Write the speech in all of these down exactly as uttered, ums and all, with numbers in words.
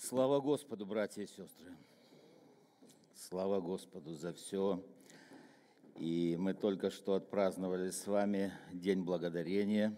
Слава Господу, братья и сестры! Слава Господу за все. И мы только что отпраздновали с вами День Благодарения.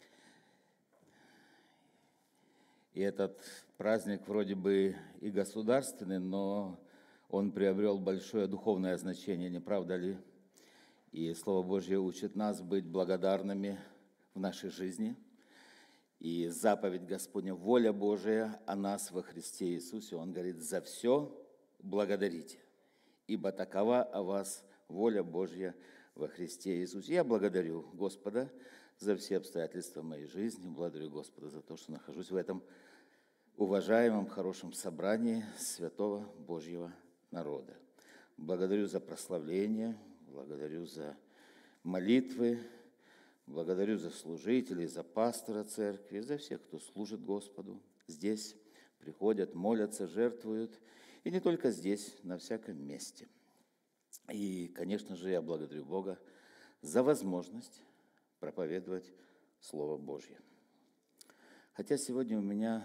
И этот праздник вроде бы и государственный, но он приобрел большое духовное значение, не правда ли? И Слово Божье учит нас быть благодарными в нашей жизни. И заповедь Господня, воля Божия о нас во Христе Иисусе, Он говорит, за все благодарите, ибо такова о вас воля Божья во Христе Иисусе. Я благодарю Господа за все обстоятельства моей жизни, благодарю Господа за то, что нахожусь в этом уважаемом, хорошем собрании святого Божьего народа. Благодарю за прославление, благодарю за молитвы, благодарю за служителей, за пастора церкви, за всех, кто служит Господу. Здесь приходят, молятся, жертвуют. И не только здесь, на всяком месте. И, конечно же, я благодарю Бога за возможность проповедовать Слово Божье. Хотя сегодня у меня,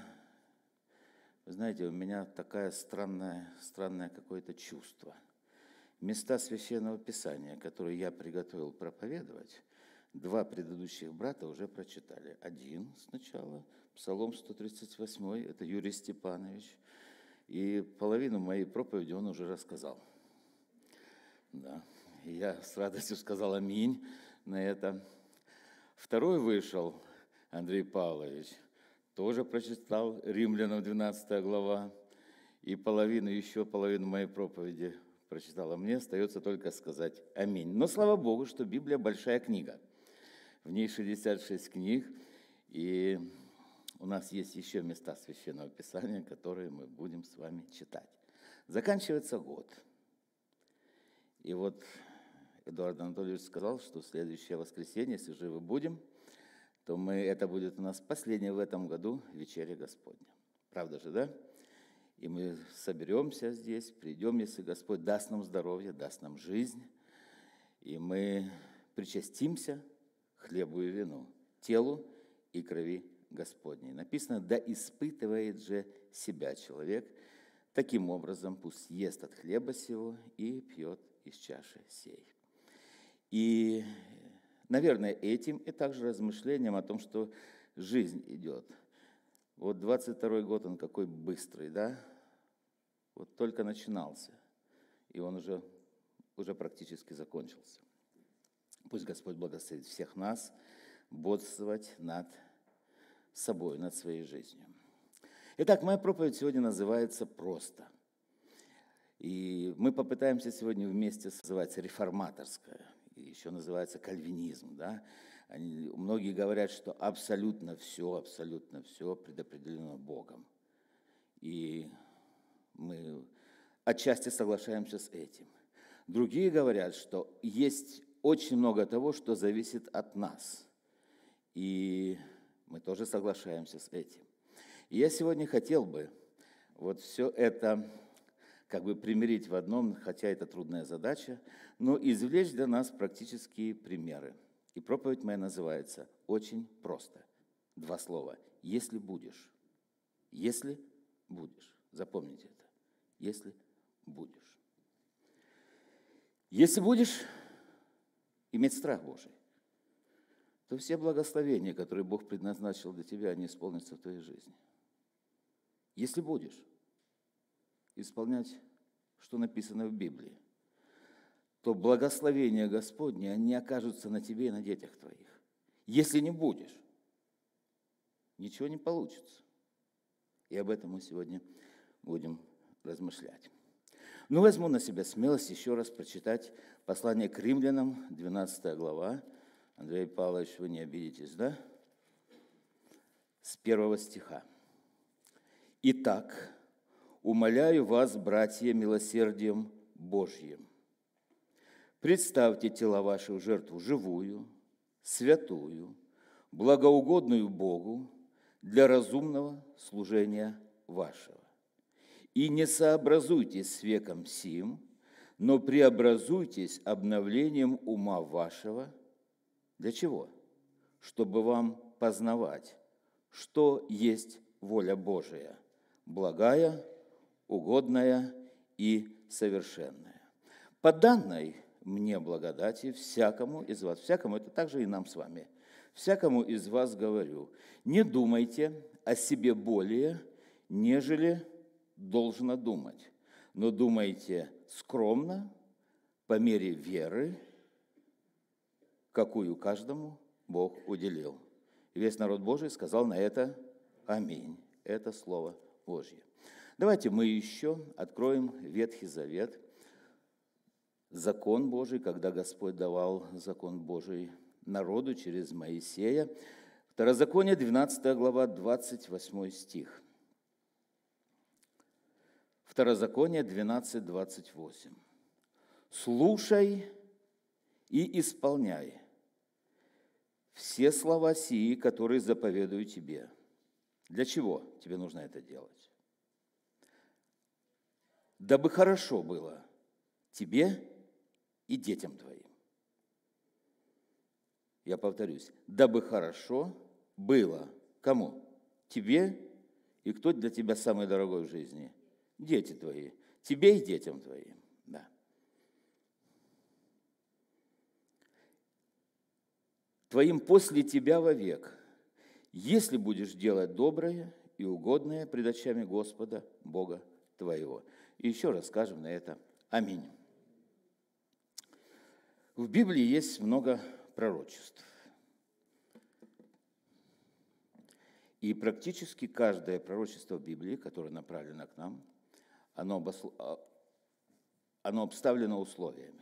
вы знаете, у меня такое странное, странное какое-то чувство. Места Священного Писания, которые я приготовил проповедовать, два предыдущих брата уже прочитали. Один сначала, Псалом сто тридцать восемь, это Юрий Степанович. И половину моей проповеди он уже рассказал. Да. И я с радостью сказал аминь на это. Второй вышел, Андрей Павлович, тоже прочитал Римлянам двенадцатая глава. И половину, еще половину моей проповеди прочитал. А мне остается только сказать аминь. Но слава Богу, что Библия большая книга. В ней шестьдесят шесть книг, и у нас есть еще места Священного Писания, которые мы будем с вами читать. Заканчивается год. И вот Эдуард Анатольевич сказал, что в следующее воскресенье, если живы будем, то мы, это будет у нас последняя в этом году вечеря Господня. Правда же, да? И мы соберемся здесь, придем, если Господь даст нам здоровье, даст нам жизнь, и мы причастимся хлебу и вину, телу и крови Господней. Написано, да испытывает же себя человек, таким образом пусть ест от хлеба сего и пьет из чаши сей. И, наверное, этим и также размышлением о том, что жизнь идет. Вот двадцать второй год, он какой быстрый, да? Вот только начинался, и он уже, уже практически закончился. Пусть Господь благословит всех нас бодствовать над собой, над своей жизнью. Итак, моя проповедь сегодня называется «Просто». И мы попытаемся сегодня вместе называть реформаторская, и еще называется кальвинизм. Да? Они, многие говорят, что абсолютно все, абсолютно все предопределено Богом. И мы отчасти соглашаемся с этим. Другие говорят, что есть очень много того, что зависит от нас. И мы тоже соглашаемся с этим. И я сегодня хотел бы вот все это как бы примирить в одном, хотя это трудная задача, но извлечь для нас практические примеры. И проповедь моя называется очень просто. Два слова. Если будешь. Если будешь. Запомните это. Если будешь. Если будешь иметь страх Божий, то все благословения, которые Бог предназначил для тебя, они исполнятся в твоей жизни. Если будешь исполнять, что написано в Библии, то благословения Господни, они окажутся на тебе и на детях твоих. Если не будешь, ничего не получится. И об этом мы сегодня будем размышлять. Ну, возьму на себя смелость еще раз прочитать послание к Римлянам, двенадцатая глава. Андрей Павлович, вы не обидитесь, да? С первого стиха. «Итак, умоляю вас, братья, милосердием Божьим, представьте тела ваши в жертву живую, святую, благоугодную Богу для разумного служения вашего. И не сообразуйтесь с веком сим, но преобразуйтесь обновлением ума вашего». Для чего? Чтобы вам познавать, что есть воля Божия, благая, угодная и совершенная. По данной мне благодати всякому из вас, всякому, это также и нам с вами, всякому из вас говорю, не думайте о себе более, нежели должно думать, но думайте скромно, по мере веры, какую каждому Бог уделил. И весь народ Божий сказал на это аминь. Это Слово Божье. Давайте мы еще откроем Ветхий Завет, закон Божий, когда Господь давал закон Божий народу через Моисея. Второзаконие, двенадцатая глава, двадцать восьмой стих. Второзаконие двенадцать, двадцать восемь. «Слушай и исполняй все слова сии, которые заповедую тебе». Для чего тебе нужно это делать? «Дабы хорошо было тебе и детям твоим». Я повторюсь, дабы хорошо было кому? Тебе и кто для тебя самый дорогой в жизни? Дети твои. Тебе и детям твоим. Да. Твоим после тебя вовек, если будешь делать доброе и угодное пред очами Господа, Бога твоего. И еще раз скажем на это аминь. В Библии есть много пророчеств. И практически каждое пророчество в Библии, которое направлено к нам, оно, обосло... оно обставлено условиями.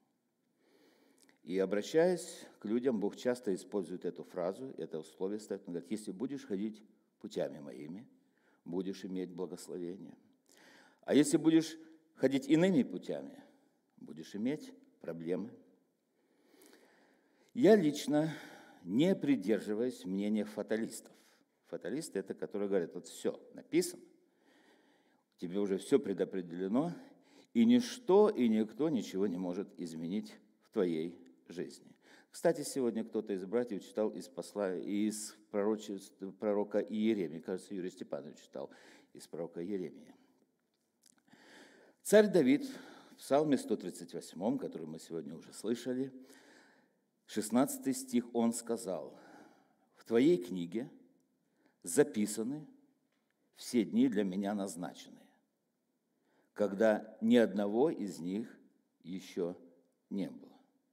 И обращаясь к людям, Бог часто использует эту фразу, это условие ставит. Он говорит, если будешь ходить путями моими, будешь иметь благословение. А если будешь ходить иными путями, будешь иметь проблемы. Я лично не придерживаюсь мнения фаталистов. Фаталисты – это которые говорят, вот все написано, тебе уже все предопределено, и ничто и никто ничего не может изменить в твоей жизни. Кстати, сегодня кто-то из братьев читал из, посла, из пророка Иеремии, кажется, Юрий Степанович читал из пророка Иеремии. Царь Давид в Псалме сто тридцать восьмом, который мы сегодня уже слышали, шестнадцатый стих, он сказал, «В твоей книге записаны все дни для меня назначенные, когда ни одного из них еще не было».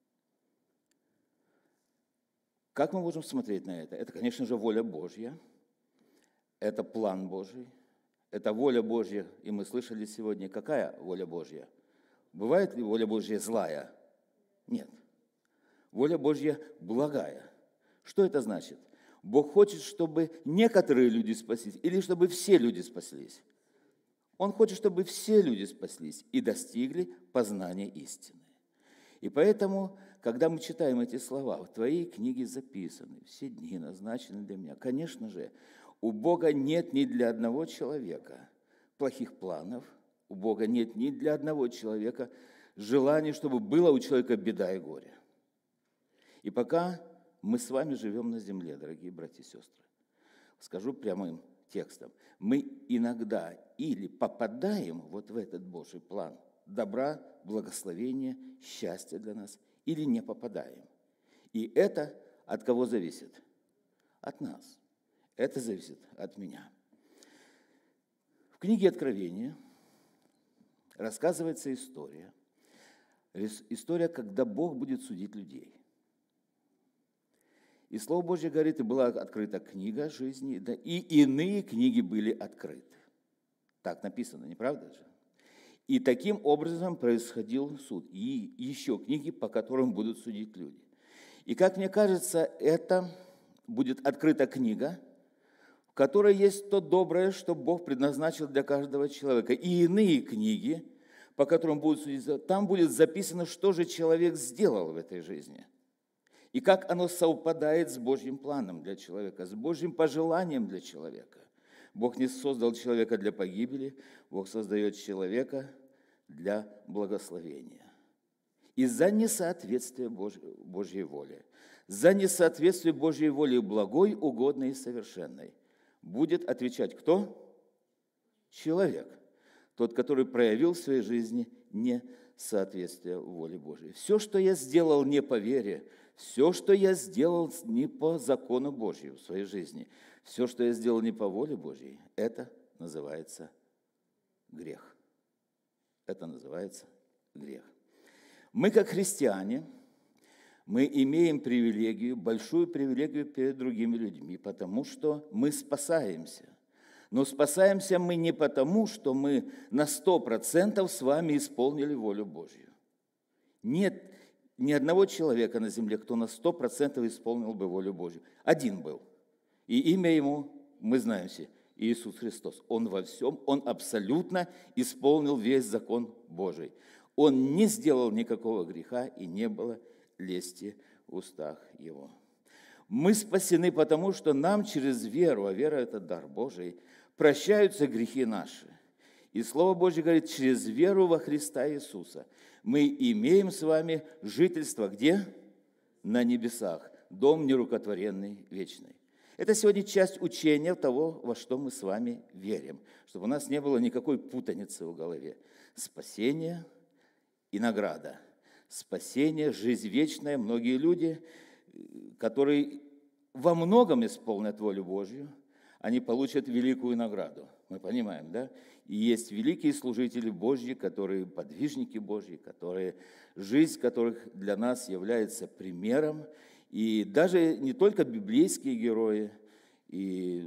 Как мы можем смотреть на это? Это, конечно же, воля Божья, это план Божий, это воля Божья, и мы слышали сегодня, какая воля Божья? Бывает ли воля Божья злая? Нет. Воля Божья благая. Что это значит? Бог хочет, чтобы некоторые люди спаслись, или чтобы все люди спаслись. Он хочет, чтобы все люди спаслись и достигли познания истины. И поэтому, когда мы читаем эти слова, в твоей книге записаны все дни, назначены для меня. Конечно же, у Бога нет ни для одного человека плохих планов, у Бога нет ни для одного человека желания, чтобы было у человека беда и горе. И пока мы с вами живем на земле, дорогие братья и сестры, скажу прямым текстом, мы иногда или попадаем вот в этот Божий план добра, благословения, счастья для нас, или не попадаем. И это от кого зависит? От нас. Это зависит от меня. В книге Откровения рассказывается история. История, когда Бог будет судить людей. И Слово Божье говорит, и была открыта книга жизни, да, и иные книги были открыты. Так написано, не правда же? И таким образом происходил суд. И еще книги, по которым будут судить люди. И, как мне кажется, это будет открыта книга, в которой есть то доброе, что Бог предназначил для каждого человека. И иные книги, по которым будут судить, там будет записано, что же человек сделал в этой жизни. И как оно совпадает с Божьим планом для человека, с Божьим пожеланием для человека. Бог не создал человека для погибели, Бог создает человека для благословения. И за несоответствие Божьей воле, за несоответствие Божьей воле благой, угодной и совершенной будет отвечать кто? человек, тот, который проявил в своей жизни несоответствие воле Божьей. Все, что я сделал не по вере, все, что я сделал не по закону Божьему в своей жизни, все, что я сделал не по воле Божьей, это называется грех. Это называется грех. Мы, как христиане, мы имеем привилегию, большую привилегию перед другими людьми, потому что мы спасаемся. Но спасаемся мы не потому, что мы на сто процентов с вами исполнили волю Божью. Нет ни одного человека на земле, кто на сто процентов исполнил бы волю Божью. Один был. И имя ему, мы знаем все, Иисус Христос. Он во всем, он абсолютно исполнил весь закон Божий. Он не сделал никакого греха, и не было лести в устах его. Мы спасены потому, что нам через веру, а вера – это дар Божий, прощаются грехи наши. И Слово Божье говорит, через веру во Христа Иисуса мы имеем с вами жительство где? На небесах, дом нерукотворенный, вечный. Это сегодня часть учения того, во что мы с вами верим, чтобы у нас не было никакой путаницы в голове. Спасение и награда. Спасение, жизнь вечная. Многие люди, которые во многом исполнят волю Божью, они получат великую награду. Мы понимаем, да? И есть великие служители Божьи, которые подвижники Божьи, которые, жизнь которых для нас является примером. И даже не только библейские герои, и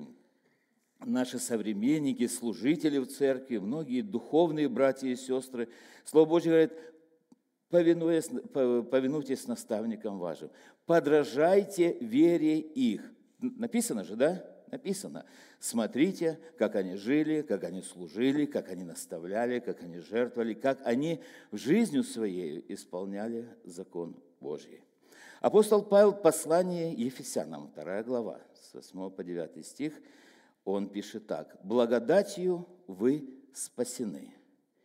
наши современники, служители в церкви, многие духовные братья и сестры. Слово Божье говорит, повинуясь, повинуйтесь наставникам вашим, подражайте вере их. Написано же, да? Написано. Смотрите, как они жили, как они служили, как они наставляли, как они жертвовали, как они в жизнью своей исполняли закон Божий. Апостол Павел в послании Ефесянам, вторая глава, с восьмого по девятый стих, он пишет так. «Благодатью вы спасены,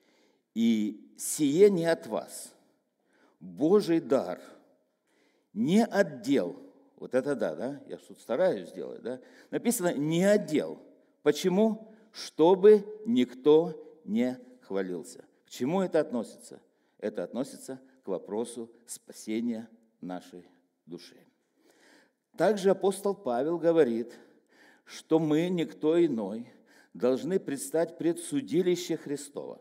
и сие не от вас, Божий дар, не отдел». Вот это да, да, я тут стараюсь сделать, да. Написано «не отдел». Почему? Чтобы никто не хвалился. К чему это относится? Это относится к вопросу спасения нашей души. Также апостол Павел говорит, что мы, никто иной, должны предстать пред судилище Христово.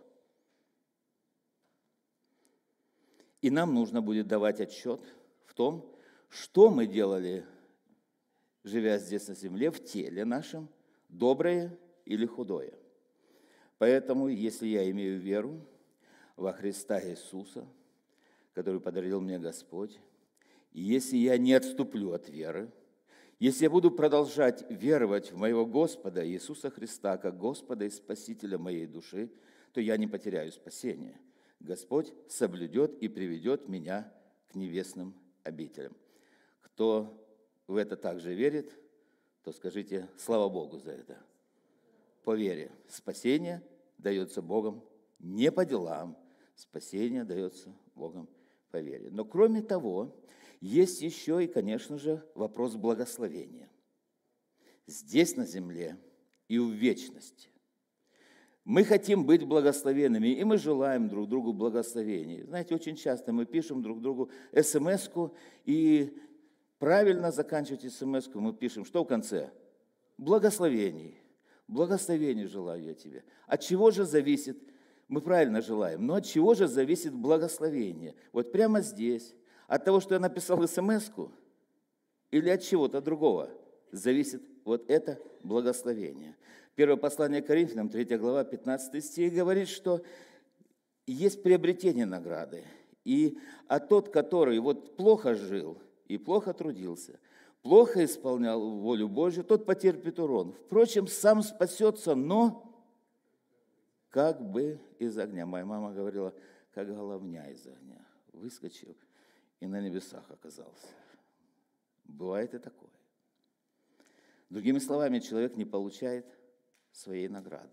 И нам нужно будет давать отчет в том, что мы делали, живя здесь на земле, в теле нашем, доброе или худое. Поэтому, если я имею веру во Христа Иисуса, который подарил мне Господь, и если я не отступлю от веры, если я буду продолжать веровать в моего Господа Иисуса Христа, как Господа и Спасителя моей души, то я не потеряю спасения. Господь соблюдет и приведет меня к небесным обителям. Кто в это также верит, то скажите слава Богу за это. По вере. Спасение дается Богом не по делам, спасение дается Богом по вере. Но кроме того, есть еще и, конечно же, вопрос благословения. Здесь на земле и в вечности. Мы хотим быть благословенными, и мы желаем друг другу благословений. Знаете, очень часто мы пишем друг другу смс-ку, и правильно заканчивать смс-ку мы пишем, что в конце? Благословений. Благословений желаю я тебе. От чего же зависит? Мы правильно желаем, но от чего же зависит благословение? Вот прямо здесь. От того, что я написал смс-ку, или от чего-то другого зависит вот это благословение. Первое послание к Коринфянам, третья глава, пятнадцатый стих, говорит, что есть приобретение награды. И а тот, который вот плохо жил и плохо трудился, плохо исполнял волю Божью, тот потерпит урон. Впрочем, сам спасется, но как бы из огня. Моя мама говорила, как головня из огня. Выскочил и на небесах оказался. Бывает и такое. Другими словами, человек не получает своей награды.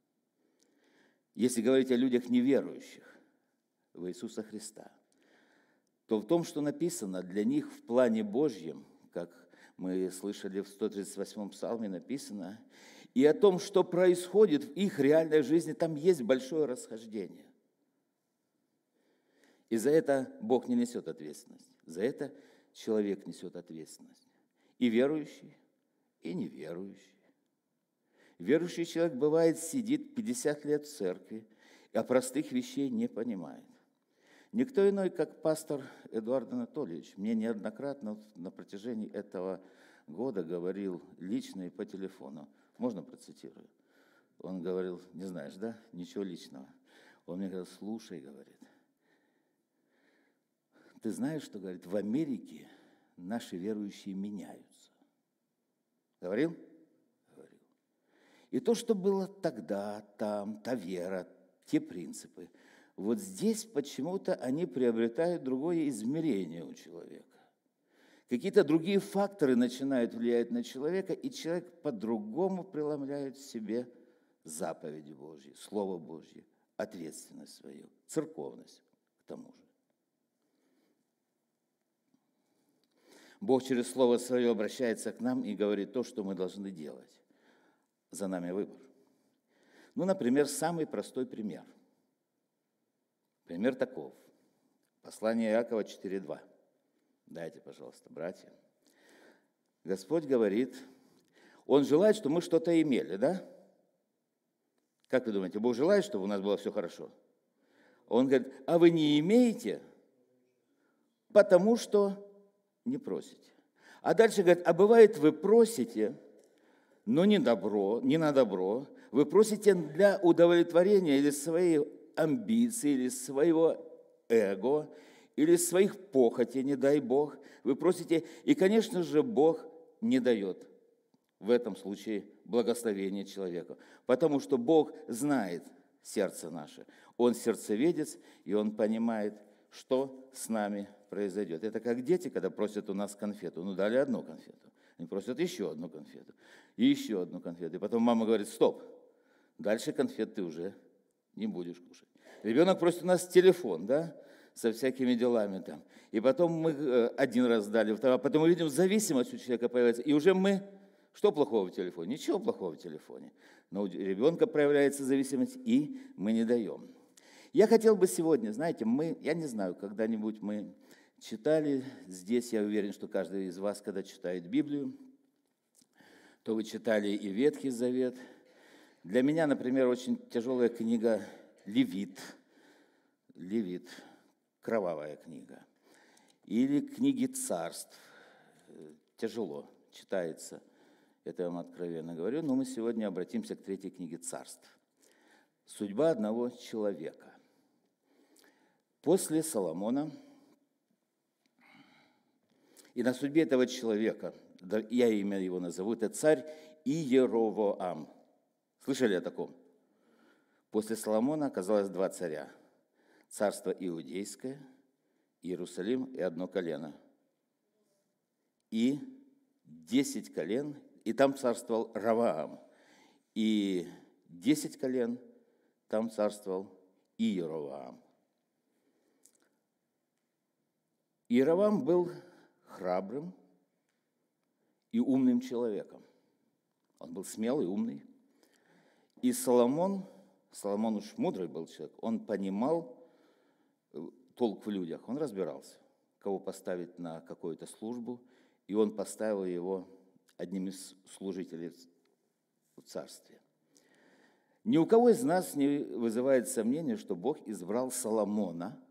Если говорить о людях неверующих в Иисуса Христа, то в том, что написано для них в плане Божьем, как мы слышали в сто тридцать восьмом псалме написано, и о том, что происходит в их реальной жизни, там есть большое расхождение. И за это Бог не несет ответственность. За это человек несет ответственность. И верующий, и неверующий. Верующий человек, бывает, сидит пятьдесят лет в церкви, а простых вещей не понимает. Никто иной, как пастор Эдуард Анатольевич, мне неоднократно на протяжении этого года говорил лично и по телефону. Можно процитирую? Он говорил, не знаешь, да? Ничего личного. Он мне говорил, слушай, говорит, ты знаешь, что, говорит, в Америке наши верующие меняются. Говорил? Говорил. И то, что было тогда, там, та вера, те принципы, вот здесь почему-то они приобретают другое измерение у человека. Какие-то другие факторы начинают влиять на человека, и человек по-другому преломляет в себе заповеди Божьи, Слово Божье, ответственность свою, церковность к тому же. Бог через Слово Свое обращается к нам и говорит то, что мы должны делать. За нами выбор. Ну, например, самый простой пример. Пример таков. Послание Иакова четыре два. Дайте, пожалуйста, братья. Господь говорит, Он желает, чтобы мы что-то имели, да? Как вы думаете, Бог желает, чтобы у нас было все хорошо? Он говорит, а вы не имеете, потому что не просите. А дальше говорит, а бывает, вы просите, но не добро, не на добро. Вы просите для удовлетворения или своей амбиции, или своего эго, или своих похотей, не дай Бог. Вы просите, и, конечно же, Бог не дает в этом случае благословения человеку, потому что Бог знает сердце наше. Он сердцеведец, и Он понимает, что с нами произойдет. Это как дети, когда просят у нас конфету. Ну, дали одну конфету. Они просят еще одну конфету. И еще одну конфету. И потом мама говорит, стоп, дальше конфет ты уже не будешь кушать. Ребенок просит у нас телефон, да, со всякими делами там. И потом мы один раз дали, а потом мы видим, зависимость у человека появляется. И уже мы, что плохого в телефоне? Ничего плохого в телефоне. Но у ребенка проявляется зависимость, и мы не даем. Я хотел бы сегодня, знаете, мы, я не знаю, когда-нибудь мы читали здесь, я уверен, что каждый из вас, когда читает Библию, то вы читали и Ветхий Завет. Для меня, например, очень тяжелая книга Левит. Левит, кровавая книга. Или книги Царств. Тяжело читается, это я вам откровенно говорю, но мы сегодня обратимся к третьей книге Царств. Судьба одного человека. После Соломона, и на судьбе этого человека, я имя его назову, это царь Иеровоам. Слышали о таком? После Соломона оказалось два царя. Царство Иудейское, Иерусалим и одно колено. И десять колен, и там царствовал Раваам. И десять колен, там царствовал Иеровоам. Иеровоам был храбрым и умным человеком. Он был смелый, умный. И Соломон, Соломон уж мудрый был человек, он понимал толк в людях, он разбирался, кого поставить на какую-то службу, и он поставил его одним из служителей в царстве. Ни у кого из нас не вызывает сомнения, что Бог избрал Соломона.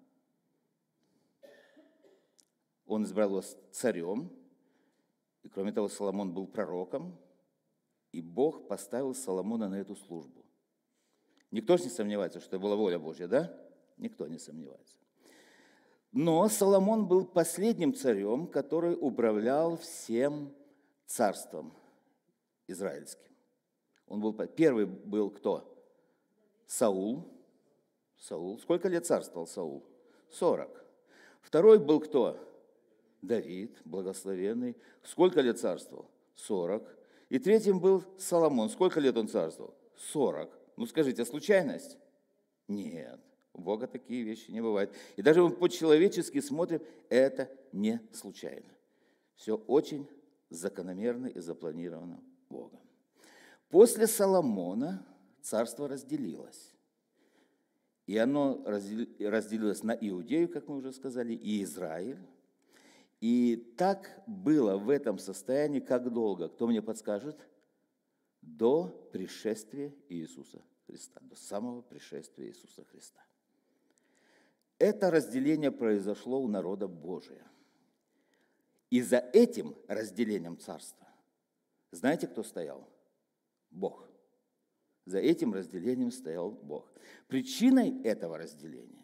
Он избрал его царем, и кроме того, Соломон был пророком, и Бог поставил Соломона на эту службу. Никто же не сомневается, что это была воля Божья, да? Никто не сомневается. Но Соломон был последним царем, который управлял всем царством израильским. Он был, первый был кто? Саул. Саул. Сколько лет царствовал Саул? Сорок. Второй был кто? Давид, благословенный. Сколько лет царствовал? Сорок. И третьим был Соломон. Сколько лет он царствовал? Сорок. Ну скажите, случайность? Нет. У Бога такие вещи не бывают. И даже мы по-человечески смотрим, это не случайно. Все очень закономерно и запланировано Богом. После Соломона царство разделилось. И оно разделилось на Иудею, как мы уже сказали, и Израиль. И так было в этом состоянии, как долго? Кто мне подскажет? До пришествия Иисуса Христа, до самого пришествия Иисуса Христа. Это разделение произошло у народа Божия. И за этим разделением царства, знаете, кто стоял? Бог. За этим разделением стоял Бог. Причиной этого разделения,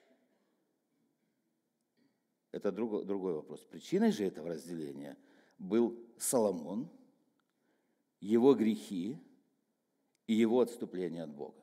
это другой, другой вопрос, причиной же этого разделения был Соломон, его грехи и его отступление от Бога.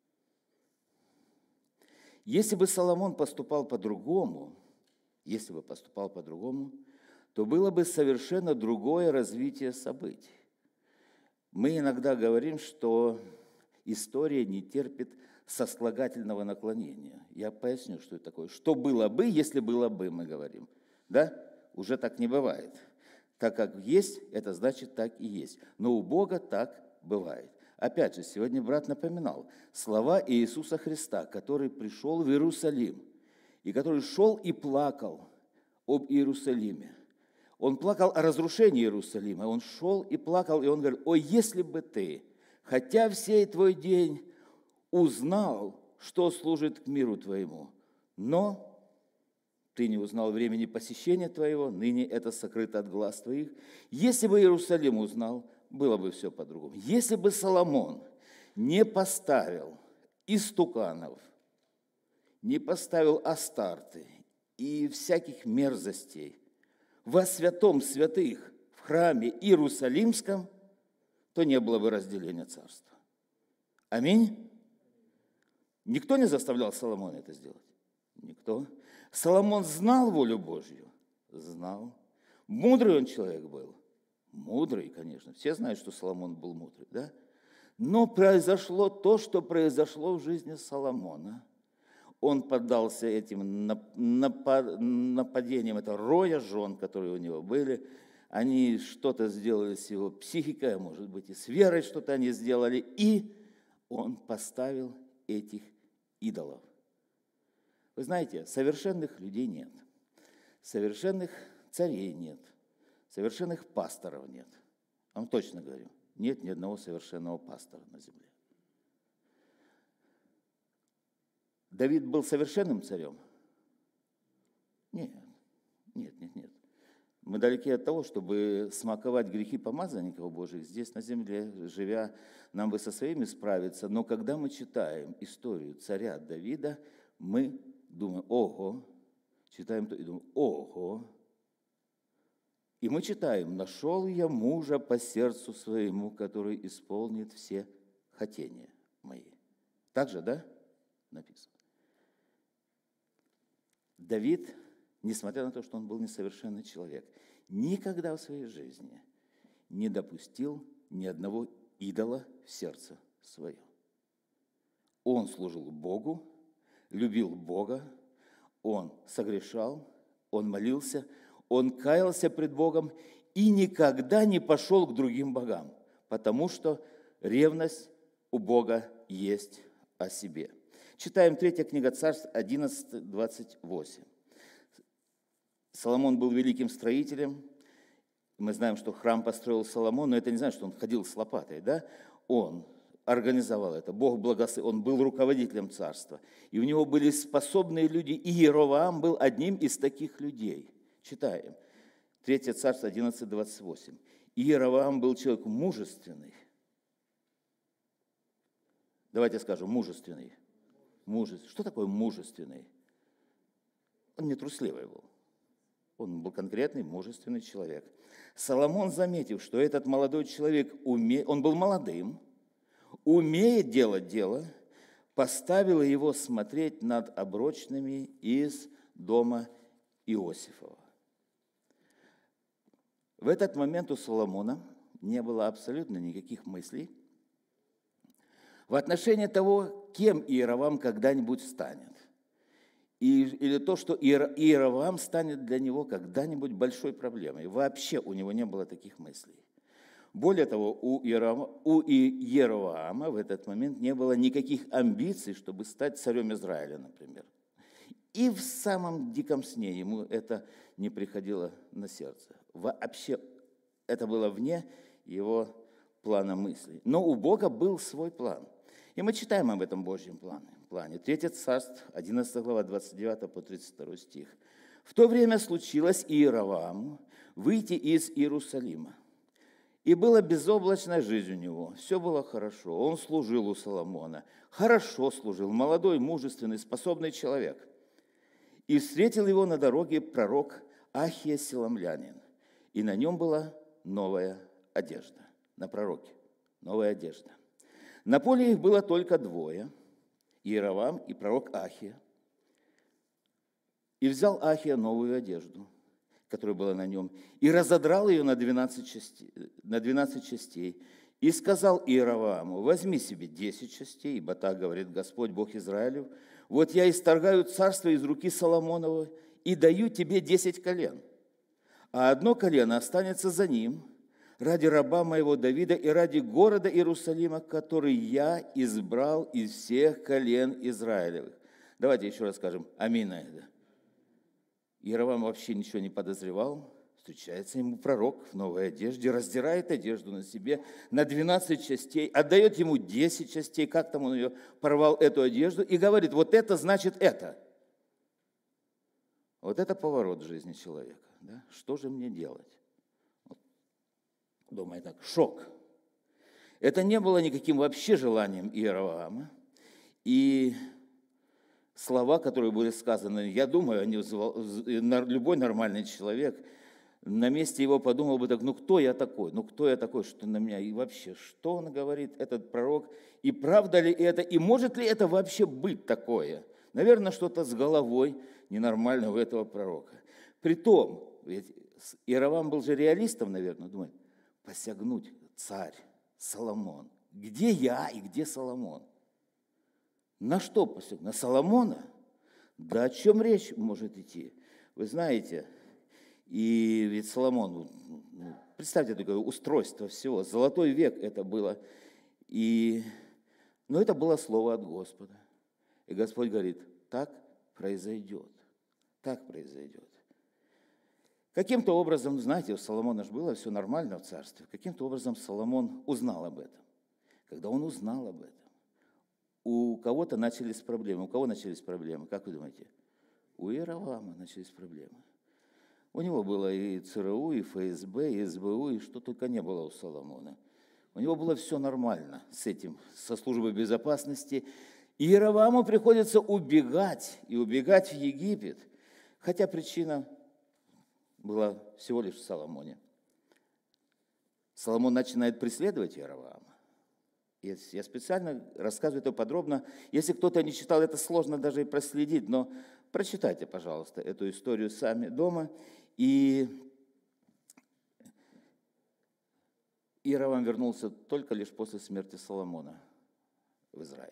Если бы Соломон поступал по-другому, если бы поступал по-другому, то было бы совершенно другое развитие событий. Мы иногда говорим, что история не терпит сослагательного наклонения. Я поясню, что это такое. Что было бы, если было бы, мы говорим. Да? Уже так не бывает. Так как есть, это значит так и есть. Но у Бога так бывает. Опять же, сегодня брат напоминал слова Иисуса Христа, который пришел в Иерусалим, и который шел и плакал об Иерусалиме. Он плакал о разрушении Иерусалима, он шел и плакал, и он говорит: «Ой, если бы ты, хотя в сей твой день, узнал, что служит к миру твоему, но ты не узнал времени посещения твоего, ныне это сокрыто от глаз твоих. Если бы Иерусалим узнал, было бы все по-другому. Если бы Соломон не поставил истуканов, не поставил астарты и всяких мерзостей во святом святых в храме Иерусалимском, то не было бы разделения царства». Аминь. Никто не заставлял Соломона это сделать? Никто. Соломон знал волю Божью? Знал. Мудрый он человек был? Мудрый, конечно. Все знают, что Соломон был мудрый, да? Но произошло то, что произошло в жизни Соломона. Он поддался этим нападениям, это роя жен, которые у него были. Они что-то сделали с его психикой, а может быть и с верой что-то они сделали. И он поставил этих идолов. Вы знаете, совершенных людей нет, совершенных царей нет, совершенных пасторов нет. Я вам точно говорю, нет ни одного совершенного пастора на земле. Давид был совершенным царем? Нет, нет, нет, нет. Мы далеки от того, чтобы смаковать грехи помазанников Божьих здесь на земле, живя, нам бы со своими справиться. Но когда мы читаем историю царя Давида, мы думаем: ого, читаем то и думаем: ого. И мы читаем: нашел я мужа по сердцу своему, который исполнит все хотения мои. Так же, да? Написано. Давид, несмотря на то, что он был несовершенный человек, никогда в своей жизни не допустил ни одного идола в сердце свое. Он служил Богу, любил Бога, он согрешал, он молился, он каялся пред Богом и никогда не пошел к другим богам, потому что ревность у Бога есть о себе. Читаем третья книга Царств, одиннадцать, двадцать восемь. Соломон был великим строителем. Мы знаем, что храм построил Соломон, но это не значит, что он ходил с лопатой, да? Он организовал это. Бог благословил. Он был руководителем царства. И у него были способные люди. И Иеровоам был одним из таких людей. Читаем. третье Царство, одиннадцать, двадцать восемь. Иеровоам был человек мужественный. Давайте скажем, мужественный. Мужественный. Что такое мужественный? Он не трусливый был. Он был конкретный, мужественный человек. Соломон, заметив, что этот молодой человек, уме... он был молодым, умеет делать дело, поставил его смотреть над оброчными из дома Иосифова. В этот момент у Соломона не было абсолютно никаких мыслей в отношении того, кем Иеровоам когда-нибудь станет. И, или то, что Иеровоам станет для него когда-нибудь большой проблемой. Вообще у него не было таких мыслей. Более того, у Иероама, у Иеровоама в этот момент не было никаких амбиций, чтобы стать царем Израиля, например. И в самом диком сне ему это не приходило на сердце. Вообще это было вне его плана мыслей. Но у Бога был свой план. И мы читаем об этом Божьем плане. плане. Третье царство, одиннадцатая глава, двадцать девятый по тридцать второй стих. «В то время случилось Иеровоаму выйти из Иерусалима. И была безоблачная жизнь у него. Все было хорошо. Он служил у Соломона. Хорошо служил. Молодой, мужественный, способный человек. И встретил его на дороге пророк Ахия Силамлянин. И на нем была новая одежда». На пророке новая одежда. На поле их было только двое, Иеровоам и пророк Ахия. И взял Ахия новую одежду, которая была на нем, и разодрал ее на двенадцать частей, на двенадцать частей. И сказал Иеровоаму: возьми себе десять частей, ибо так говорит Господь, Бог Израилев: вот я исторгаю царство из руки Соломонова и даю тебе десять колен, а одно колено останется за ним, ради раба моего Давида и ради города Иерусалима, который я избрал из всех колен Израилевых. Давайте еще раз скажем аминь на это. Иеровоам вообще ничего не подозревал. Встречается ему пророк в новой одежде, раздирает одежду на себе на двенадцать частей, отдает ему десять частей, как там он ее порвал, эту одежду, и говорит: вот это значит это. Вот это поворот в жизни человека. Да? Что же мне делать? Думаю так, шок. Это не было никаким вообще желанием Иеровоама. И слова, которые были сказаны, я думаю, они вызывал, любой нормальный человек на месте его подумал бы так: ну кто я такой? Ну кто я такой, что на меня? И вообще, что он говорит, этот пророк? И правда ли это? И может ли это вообще быть такое? Наверное, что-то с головой ненормального у этого пророка. Притом, ведь Иеровоам был же реалистом, наверное, думает: посягнуть царь Соломон. Где я и где Соломон? На что посягнуть? На Соломона? Да о чем речь может идти? Вы знаете, и ведь Соломон, представьте такое устройство всего, золотой век это было. И, но это было слово от Господа. И Господь говорит: так произойдет, так произойдет. Каким-то образом, знаете, у Соломона же было все нормально в царстве. Каким-то образом Соломон узнал об этом. Когда он узнал об этом, у кого-то начались проблемы. У кого начались проблемы? Как вы думаете? У Иеровоама начались проблемы. У него было и ЦРУ, и ФСБ, и СБУ, и что только не было у Соломона. У него было все нормально с этим, со службой безопасности. Иеровоаму приходится убегать, и убегать в Египет. Хотя причина была всего лишь в Соломоне. Соломон начинает преследовать Иеровоама. Я специально рассказываю это подробно. Если кто-то не читал, это сложно даже и проследить, но прочитайте, пожалуйста, эту историю сами дома. И Иеровоам вернулся только лишь после смерти Соломона в Израиль.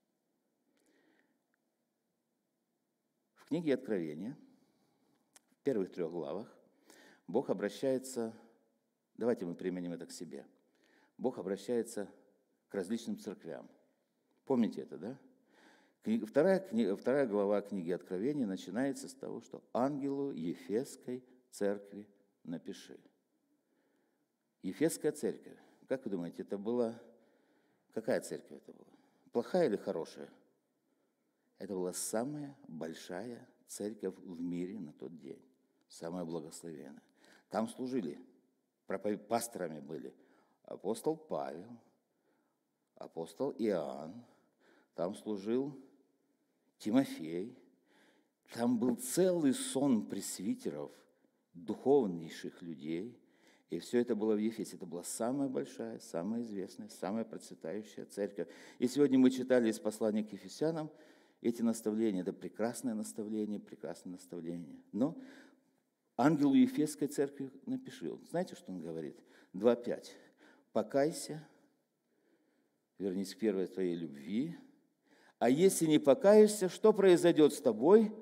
В книге Откровения, в первых трех главах, Бог обращается, давайте мы применим это к себе, Бог обращается к различным церквям. Помните это, да? Вторая, книга, вторая глава книги Откровения начинается с того, что ангелу Ефесской церкви напиши. Ефесская церковь, как вы думаете, это была, какая церковь это была? Плохая или хорошая? Это была самая большая церковь в мире на тот день, самая благословенная. Там служили, пасторами были апостол Павел, апостол Иоанн, там служил Тимофей, там был целый сон пресвитеров, духовнейших людей, и все это было в Ефесе. Это была самая большая, самая известная, самая процветающая церковь. И сегодня мы читали из послания к Ефесянам эти наставления. Это прекрасное наставление, прекрасное наставление. Но ангелу Ефесской церкви напиши. Знаете, что он говорит? два пять. «Покайся, вернись к первой твоей любви, а если не покаешься, что произойдет с тобой?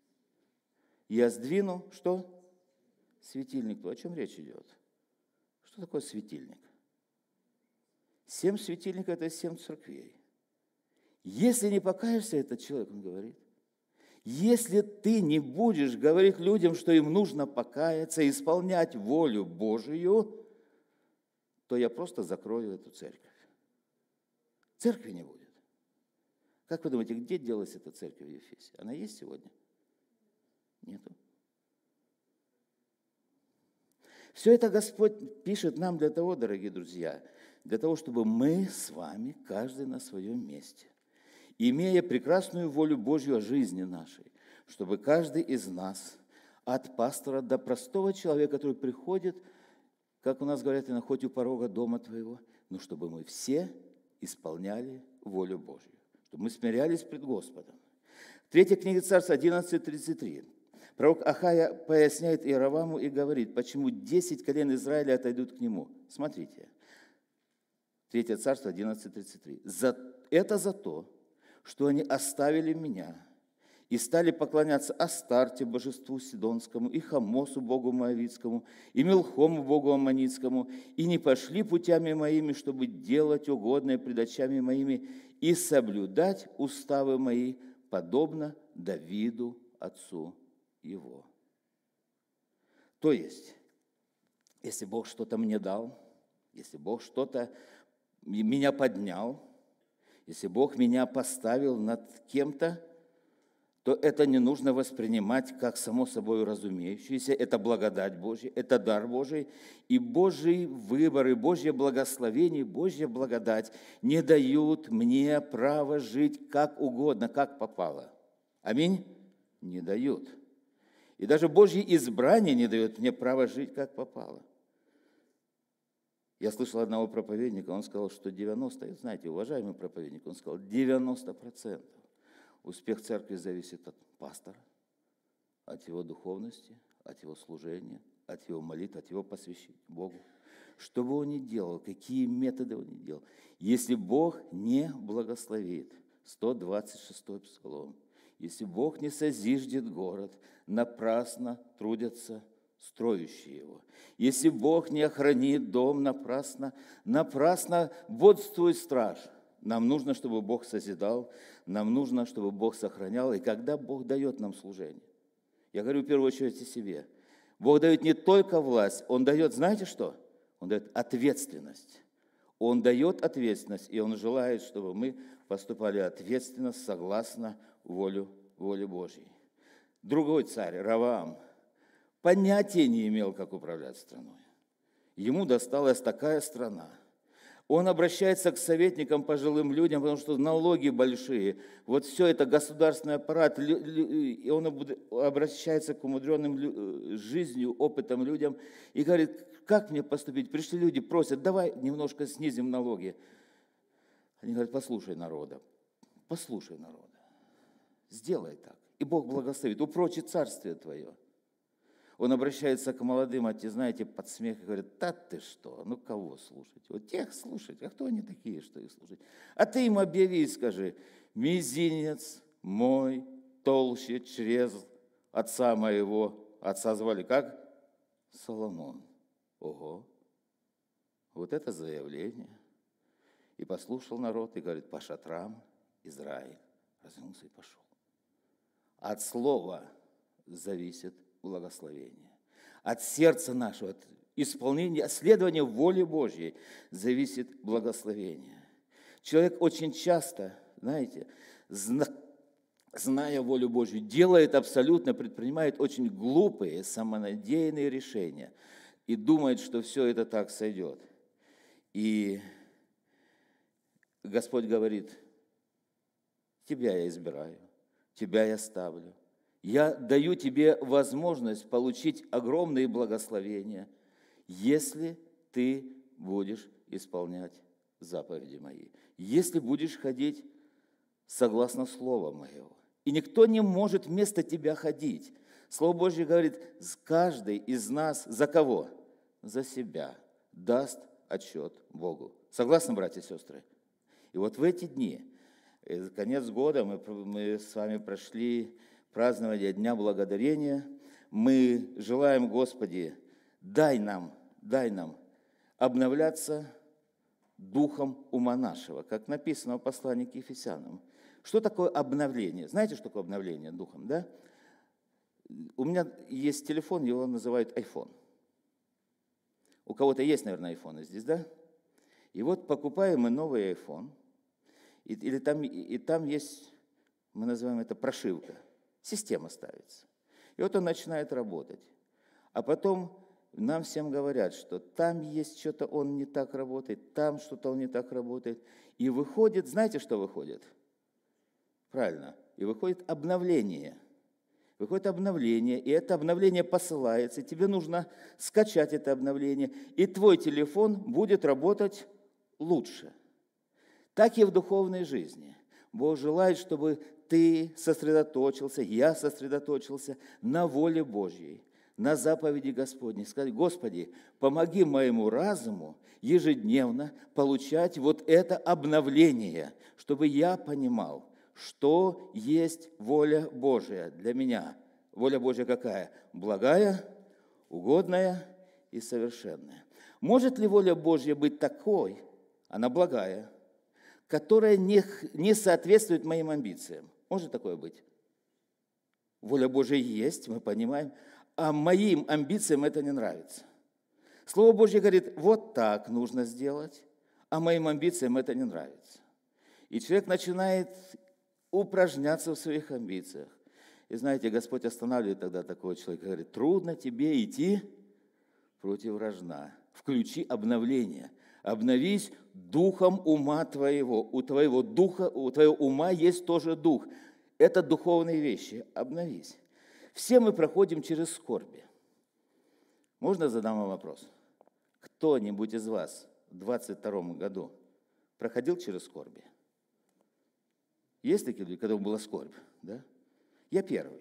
Я сдвину, что? Светильник. О чем речь идет? Что такое светильник? Семь светильников – это семь церквей. Если не покаешься, этот человек, он говорит, если ты не будешь говорить людям, что им нужно покаяться, исполнять волю Божию, то я просто закрою эту церковь. Церкви не будет. Как вы думаете, где делась эта церковь в Ефесе? Она есть сегодня? Нету. Все это Господь пишет нам для того, дорогие друзья, для того, чтобы мы с вами, каждый на своем месте, имея прекрасную волю Божью о жизни нашей, чтобы каждый из нас, от пастора до простого человека, который приходит, как у нас говорят, хоть у порога дома твоего, но чтобы мы все исполняли волю Божью, чтобы мы смирялись пред Господом. Третья книга Царств одиннадцать тридцать три. Пророк Ахая поясняет Иероваму и говорит, почему десять колен Израиля отойдут к нему. Смотрите. Третье Царство одиннадцать тридцать три. За, это за то, что они оставили меня и стали поклоняться Астарте, божеству Сидонскому, и Хамосу, богу Моавитскому, и Милхому, богу Аммонитскому, и не пошли путями моими, чтобы делать угодное пред очами моими и соблюдать уставы мои, подобно Давиду, отцу его. То есть, если Бог что-то мне дал, если Бог что-то меня поднял, если Бог меня поставил над кем-то, то это не нужно воспринимать как само собой разумеющееся. Это благодать Божья, это дар Божий. И Божий выбор, и Божье благословение, Божья благодать не дают мне права жить как угодно, как попало. Аминь? Не дают. И даже Божье избрание не дает мне права жить как попало. Я слышал одного проповедника, он сказал, что девяносто, знаете, уважаемый проповедник, он сказал, девяносто процентов успех церкви зависит от пастора, от его духовности, от его служения, от его молитв, от его посвящения Богу. Что бы он ни делал, какие методы он ни делал, если Бог не благословит, сто двадцать шестой псалом, если Бог не созиждет город, напрасно трудятся строящие его. Если Бог не охранит дом, напрасно, напрасно бодствует страж. Нам нужно, чтобы Бог созидал, нам нужно, чтобы Бог сохранял. И когда Бог дает нам служение, я говорю в первую очередь о себе, Бог дает не только власть, Он дает, знаете что? Он дает ответственность. Он дает ответственность, и Он желает, чтобы мы поступали ответственно, согласно волю, воле Божьей. Другой царь, Раваам, понятия не имел, как управлять страной. Ему досталась такая страна. Он обращается к советникам, пожилым людям, потому что налоги большие. Вот все это государственный аппарат. И он обращается к умудренным жизнью, опытом людям и говорит, как мне поступить? Пришли люди, просят, давай немножко снизим налоги. Они говорят, послушай народа, послушай народа, сделай так. И Бог благословит, упрочит царствие твое. Он обращается к молодым, а те, знаете, под смех и говорит, да ты что, ну кого слушать? Вот тех слушать, а кто они такие, что их слушать? А ты им объяви и скажи, мизинец мой толще чрез отца моего. Отца звали как? Соломон. Ого, вот это заявление. И послушал народ и говорит, по шатрам Израиль развернулся и пошел. От слова зависит благословение. От сердца нашего, от исполнения, от следования воли Божьей зависит благословение. Человек очень часто, знаете, зна, зная волю Божью, делает абсолютно, предпринимает очень глупые, самонадеянные решения и думает, что все это так сойдет. И Господь говорит, тебя я избираю, тебя я ставлю. Я даю тебе возможность получить огромные благословения, если ты будешь исполнять заповеди мои, если будешь ходить согласно Слова моего. И никто не может вместо тебя ходить. Слово Божье говорит, каждый из нас за кого? За себя даст отчет Богу. Согласны, братья и сестры? И вот в эти дни, конец года, мы, мы с вами прошли празднование Дня Благодарения. Мы желаем, Господи, дай нам, дай нам обновляться духом ума нашего, как написано в послании к Ефесянам. Что такое обновление? Знаете, что такое обновление духом, да? У меня есть телефон, его называют iPhone. У кого-то есть, наверное, айфоны здесь, да? И вот покупаем мы новый iPhone, и, или там, и, и там есть, мы называем это прошивка, система ставится. И вот он начинает работать. А потом нам всем говорят, что там есть что-то, он не так работает, там что-то он не так работает. И выходит, знаете, что выходит? Правильно, и выходит обновление. Выходит обновление, и это обновление посылается, и тебе нужно скачать это обновление, и твой телефон будет работать лучше. Так и в духовной жизни. Бог желает, чтобы ты сосредоточился, я сосредоточился на воле Божьей, на заповеди Господней. Сказать: Господи, помоги моему разуму ежедневно получать вот это обновление, чтобы я понимал, что есть воля Божия для меня. Воля Божья какая? Благая, угодная и совершенная. Может ли воля Божья быть такой, она благая, которая не, не соответствует моим амбициям? Может такое быть? Воля Божья есть, мы понимаем, а моим амбициям это не нравится. Слово Божье говорит: вот так нужно сделать, а моим амбициям это не нравится. И человек начинает упражняться в своих амбициях. И знаете, Господь останавливает тогда такого человека, говорит: трудно тебе идти против рожна. Включи обновление. Обновись духом ума твоего. У твоего духа, у твоего ума есть тоже дух. Это духовные вещи. Обновись. Все мы проходим через скорби. Можно задам вам вопрос? Кто-нибудь из вас в двадцать втором году проходил через скорби? Есть такие люди, когда была скорбь? Да? Я первый.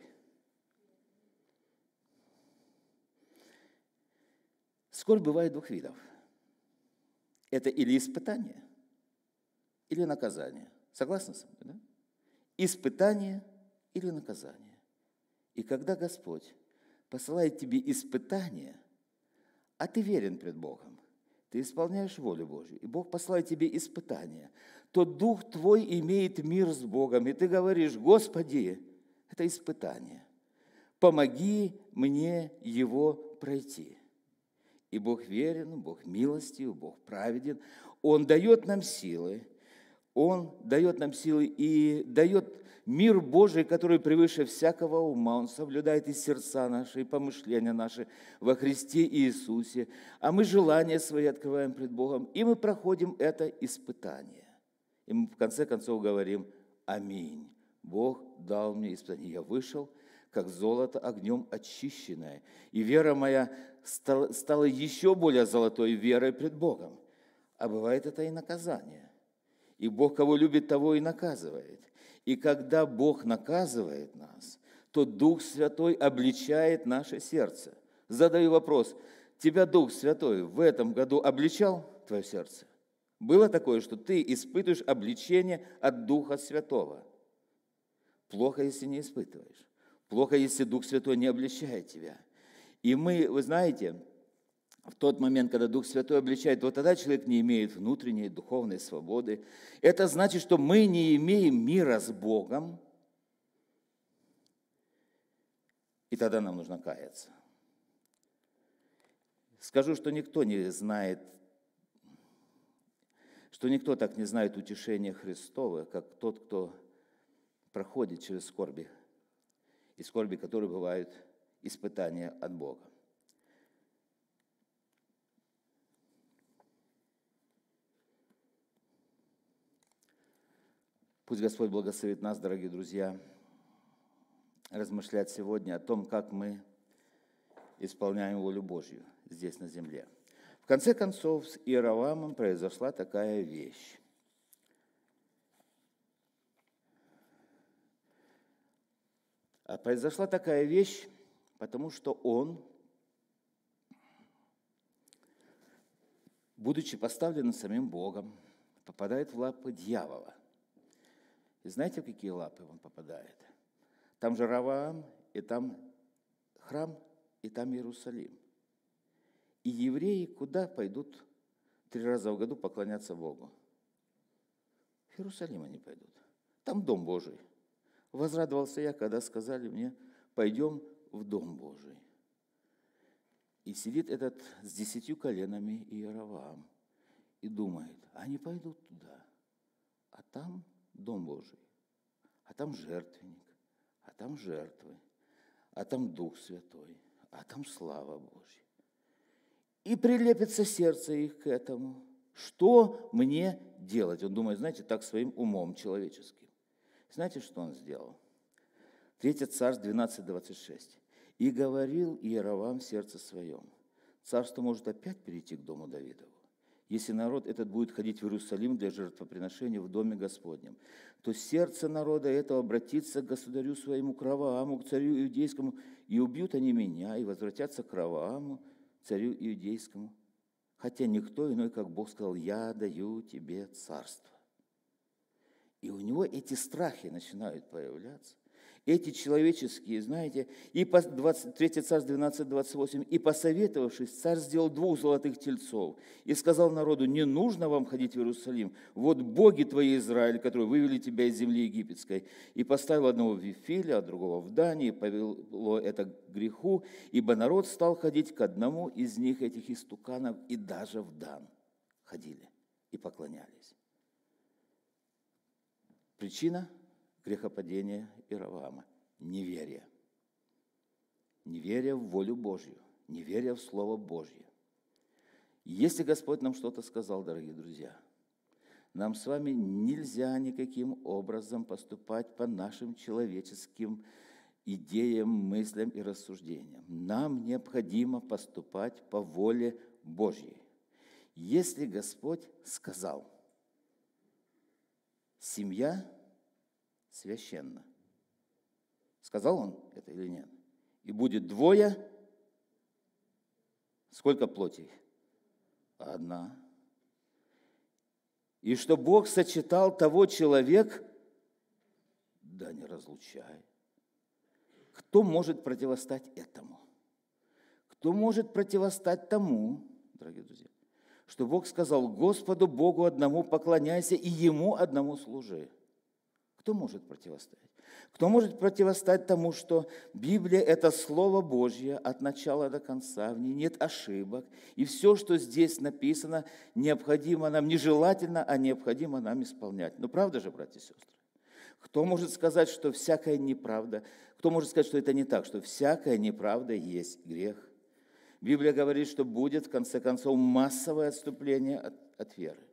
Скорбь бывает двух видов. Это или испытание, или наказание. Согласны со мной? Да? Испытание или наказание. И когда Господь посылает тебе испытание, а ты верен пред Богом, ты исполняешь волю Божью, и Бог посылает тебе испытание, то дух твой имеет мир с Богом, и ты говоришь: Господи, это испытание, помоги мне его пройти. И Бог верен, Бог милостив, Бог праведен, Он дает нам силы, Он дает нам силы и дает мир Божий, который превыше всякого ума. Он соблюдает и сердца наши, и помышления наши во Христе Иисусе. А мы желания свои открываем пред Богом, и мы проходим это испытание. И мы в конце концов говорим: аминь. Бог дал мне испытание. Я вышел, как золото огнем очищенное. И вера моя стала, стала еще более золотой верой пред Богом. А бывает это и наказание. И Бог, кого любит, того и наказывает. И когда Бог наказывает нас, то Дух Святой обличает наше сердце. Задаю вопрос: тебя Дух Святой в этом году обличал твое сердце? Было такое, что ты испытываешь обличение от Духа Святого? Плохо, если не испытываешь. Плохо, если Дух Святой не обличает тебя. И мы, вы знаете, в тот момент, когда Дух Святой обличает, вот тогда человек не имеет внутренней духовной свободы. Это значит, что мы не имеем мира с Богом, и тогда нам нужно каяться. Скажу, что никто не знает, что никто так не знает утешения Христова, как тот, кто проходит через скорби, и скорби, которые бывают испытания от Бога. Пусть Господь благословит нас, дорогие друзья, размышлять сегодня о том, как мы исполняем волю Божью здесь на земле. В конце концов, с Иеровоамом произошла такая вещь. А произошла такая вещь, потому что он, будучи поставлен самим Богом, попадает в лапы дьявола. И знаете, в какие лапы он попадает? Там же Ровоам, и там храм, и там Иерусалим. И евреи куда пойдут три раза в году поклоняться Богу. В Иерусалим они пойдут. Там Дом Божий. Возрадовался я, когда сказали мне, пойдем в Дом Божий. И сидит этот с десятью коленами Иеровоам и думает, они пойдут туда, а там Дом Божий, а там жертвенник, а там жертвы, а там Дух Святой, а там слава Божья. И прилепится сердце их к этому. Что мне делать? Он думает, знаете, так своим умом человеческим. Знаете, что он сделал? Третье Царств двенадцать двадцать шесть. «И говорил Иеровоам в сердце своем, царство может опять перейти к дому Давидову. Если народ этот будет ходить в Иерусалим для жертвоприношения в доме Господнем, то сердце народа этого обратится к государю своему, к Равааму, к царю иудейскому, и убьют они меня, и возвратятся к Равааму, царю иудейскому. Хотя никто иной, как Бог сказал, я даю тебе царство». И у него эти страхи начинают появляться. Эти человеческие, знаете, и по двадцать, третье Царств двенадцать двадцать восемь, и посоветовавшись, царь сделал двух золотых тельцов и сказал народу, не нужно вам ходить в Иерусалим, вот боги твои, Израиль, которые вывели тебя из земли египетской, и поставил одного в Вифиле, а другого в Дане, и повело это к греху, ибо народ стал ходить к одному из них, этих истуканов, и даже в Дан ходили и поклонялись. Причина грехопадения Иеровоама – неверие. Неверие в волю Божью, неверие в Слово Божье. Если Господь нам что-то сказал, дорогие друзья, нам с вами нельзя никаким образом поступать по нашим человеческим идеям, мыслям и рассуждениям. Нам необходимо поступать по воле Божьей. Если Господь сказал, семья священна. Сказал он это или нет? И будет двое. Сколько плотей? Одна. И что Бог сочетал того человек, да не разлучай. Кто может противостать этому? Кто может противостать тому, дорогие друзья, что Бог сказал, Господу Богу одному поклоняйся и Ему одному служи? Кто может противостоять? Кто может противостоять тому, что Библия – это Слово Божье от начала до конца, в ней нет ошибок, и все, что здесь написано, необходимо нам, нежелательно, а необходимо нам исполнять. Ну, правда же, братья и сестры? Кто может сказать, что всякая неправда, кто может сказать, что это не так, что всякая неправда есть грех? Библия говорит, что будет, в конце концов, массовое отступление от, от веры.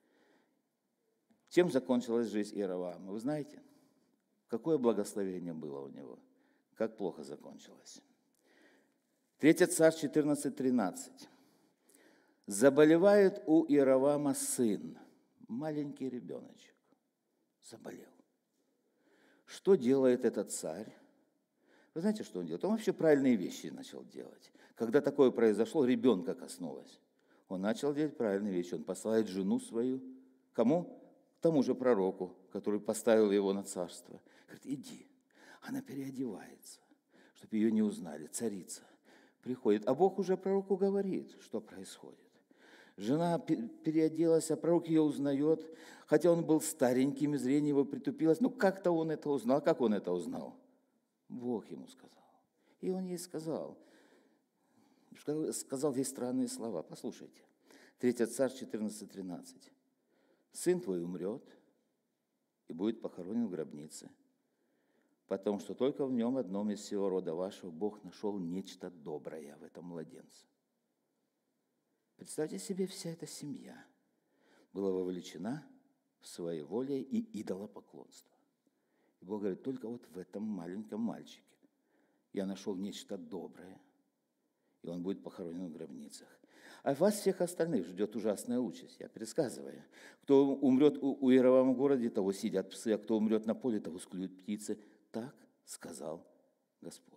Чем закончилась жизнь Иеровоама? Вы знаете, какое благословение было у него, как плохо закончилось. третье Царств четырнадцать тринадцать. Заболевает у Иеровоама сын, маленький ребеночек, заболел. Что делает этот царь? Вы знаете, что он делает? Он вообще правильные вещи начал делать. Когда такое произошло, ребенка коснулось. Он начал делать правильные вещи. Он посылает жену свою. Кому? Тому же пророку, который поставил его на царство. Говорит, иди. Она переодевается, чтобы ее не узнали. Царица приходит. А Бог уже пророку говорит, что происходит. Жена переоделась, а пророк ее узнает. Хотя он был стареньким, и зрение его притупилось. Ну, как-то он это узнал. Как он это узнал? Бог ему сказал. И он ей сказал. Сказал ей странные слова. Послушайте. третье Царств четырнадцать тринадцать. Сын твой умрет и будет похоронен в гробнице, потому что только в нем, одном из всего рода вашего, Бог нашел нечто доброе в этом младенце. Представьте себе, вся эта семья была вовлечена в своеволие и идолопоклонство. И Бог говорит, только вот в этом маленьком мальчике я нашел нечто доброе, и он будет похоронен в гробницах. А вас всех остальных ждет ужасная участь, я пересказываю. Кто умрет у Иеровоама в городе, того съедят псы, а кто умрет на поле, того склюют птицы. Так сказал Господь.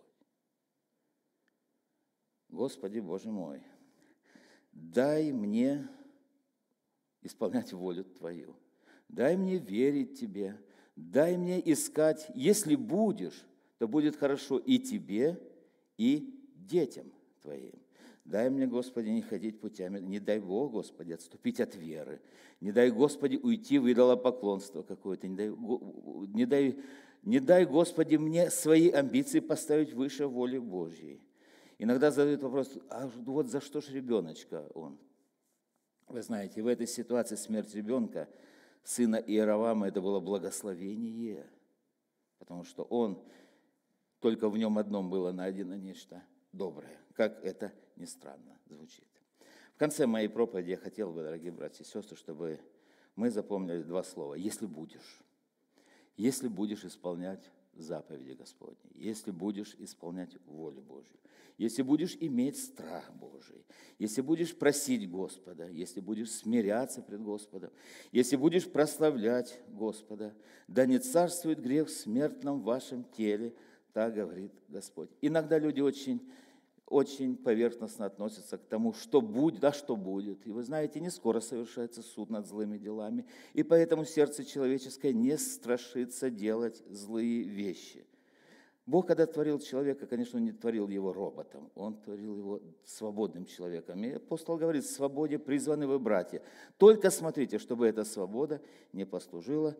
Господи, Боже мой, дай мне исполнять волю Твою, дай мне верить Тебе, дай мне искать, если будешь, то будет хорошо и Тебе, и детям Твоим. Дай мне, Господи, не ходить путями, не дай Бог, Господи, отступить от веры, не дай, Господи, уйти в идолопоклонство какое-то, не дай, не дай, не дай, Господи, мне свои амбиции поставить выше воли Божьей. Иногда задают вопрос, а вот за что ж ребеночка он? Вы знаете, в этой ситуации смерть ребенка, сына Иеровама, это было благословение, потому что он, только в нем одном было найдено нечто доброе, как это ни странно звучит. В конце моей проповеди я хотел бы, дорогие братья и сестры, чтобы мы запомнили два слова. Если будешь, если будешь исполнять заповеди Господни, если будешь исполнять волю Божью, если будешь иметь страх Божий, если будешь просить Господа, если будешь смиряться пред Господом, если будешь прославлять Господа, да не царствует грех в смертном вашем теле, так говорит Господь. Иногда люди очень, очень поверхностно относятся к тому, что будет, да что будет. И вы знаете, не скоро совершается суд над злыми делами, и поэтому сердце человеческое не страшится делать злые вещи. Бог, когда творил человека, конечно, он не творил его роботом, он творил его свободным человеком. И апостол говорит, в свободе призваны вы, братья. Только смотрите, чтобы эта свобода не послужила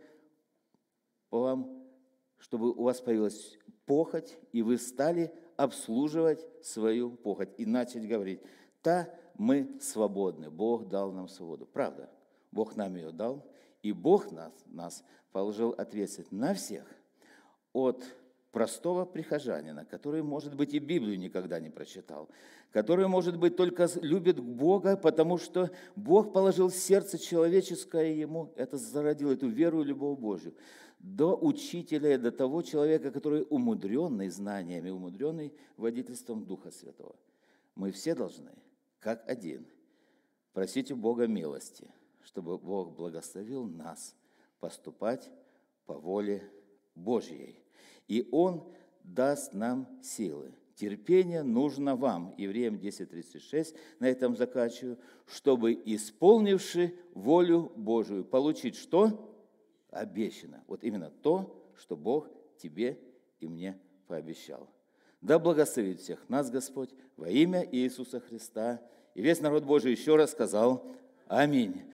вам, чтобы у вас появилась похоть, и вы стали обслуживать свою похоть и начать говорить, да, мы свободны, Бог дал нам свободу. Правда, Бог нам ее дал, и Бог нас, нас положил ответственность на всех, от простого прихожанина, который, может быть, и Библию никогда не прочитал, который, может быть, только любит Бога, потому что Бог положил в сердце человеческое ему, это зародил эту веру и любовь Божью, до учителя, до того человека, который умудренный знаниями, умудренный водительством Духа Святого. Мы все должны, как один, просить у Бога милости, чтобы Бог благословил нас поступать по воле Божьей. И Он даст нам силы. Терпение нужно вам, Евреям десять тридцать шесть, на этом заканчиваю, чтобы, исполнивши волю Божию, получить что? Обещано. Вот именно то, что Бог тебе и мне пообещал. Да благословит всех нас Господь во имя Иисуса Христа. И весь народ Божий еще раз сказал Аминь.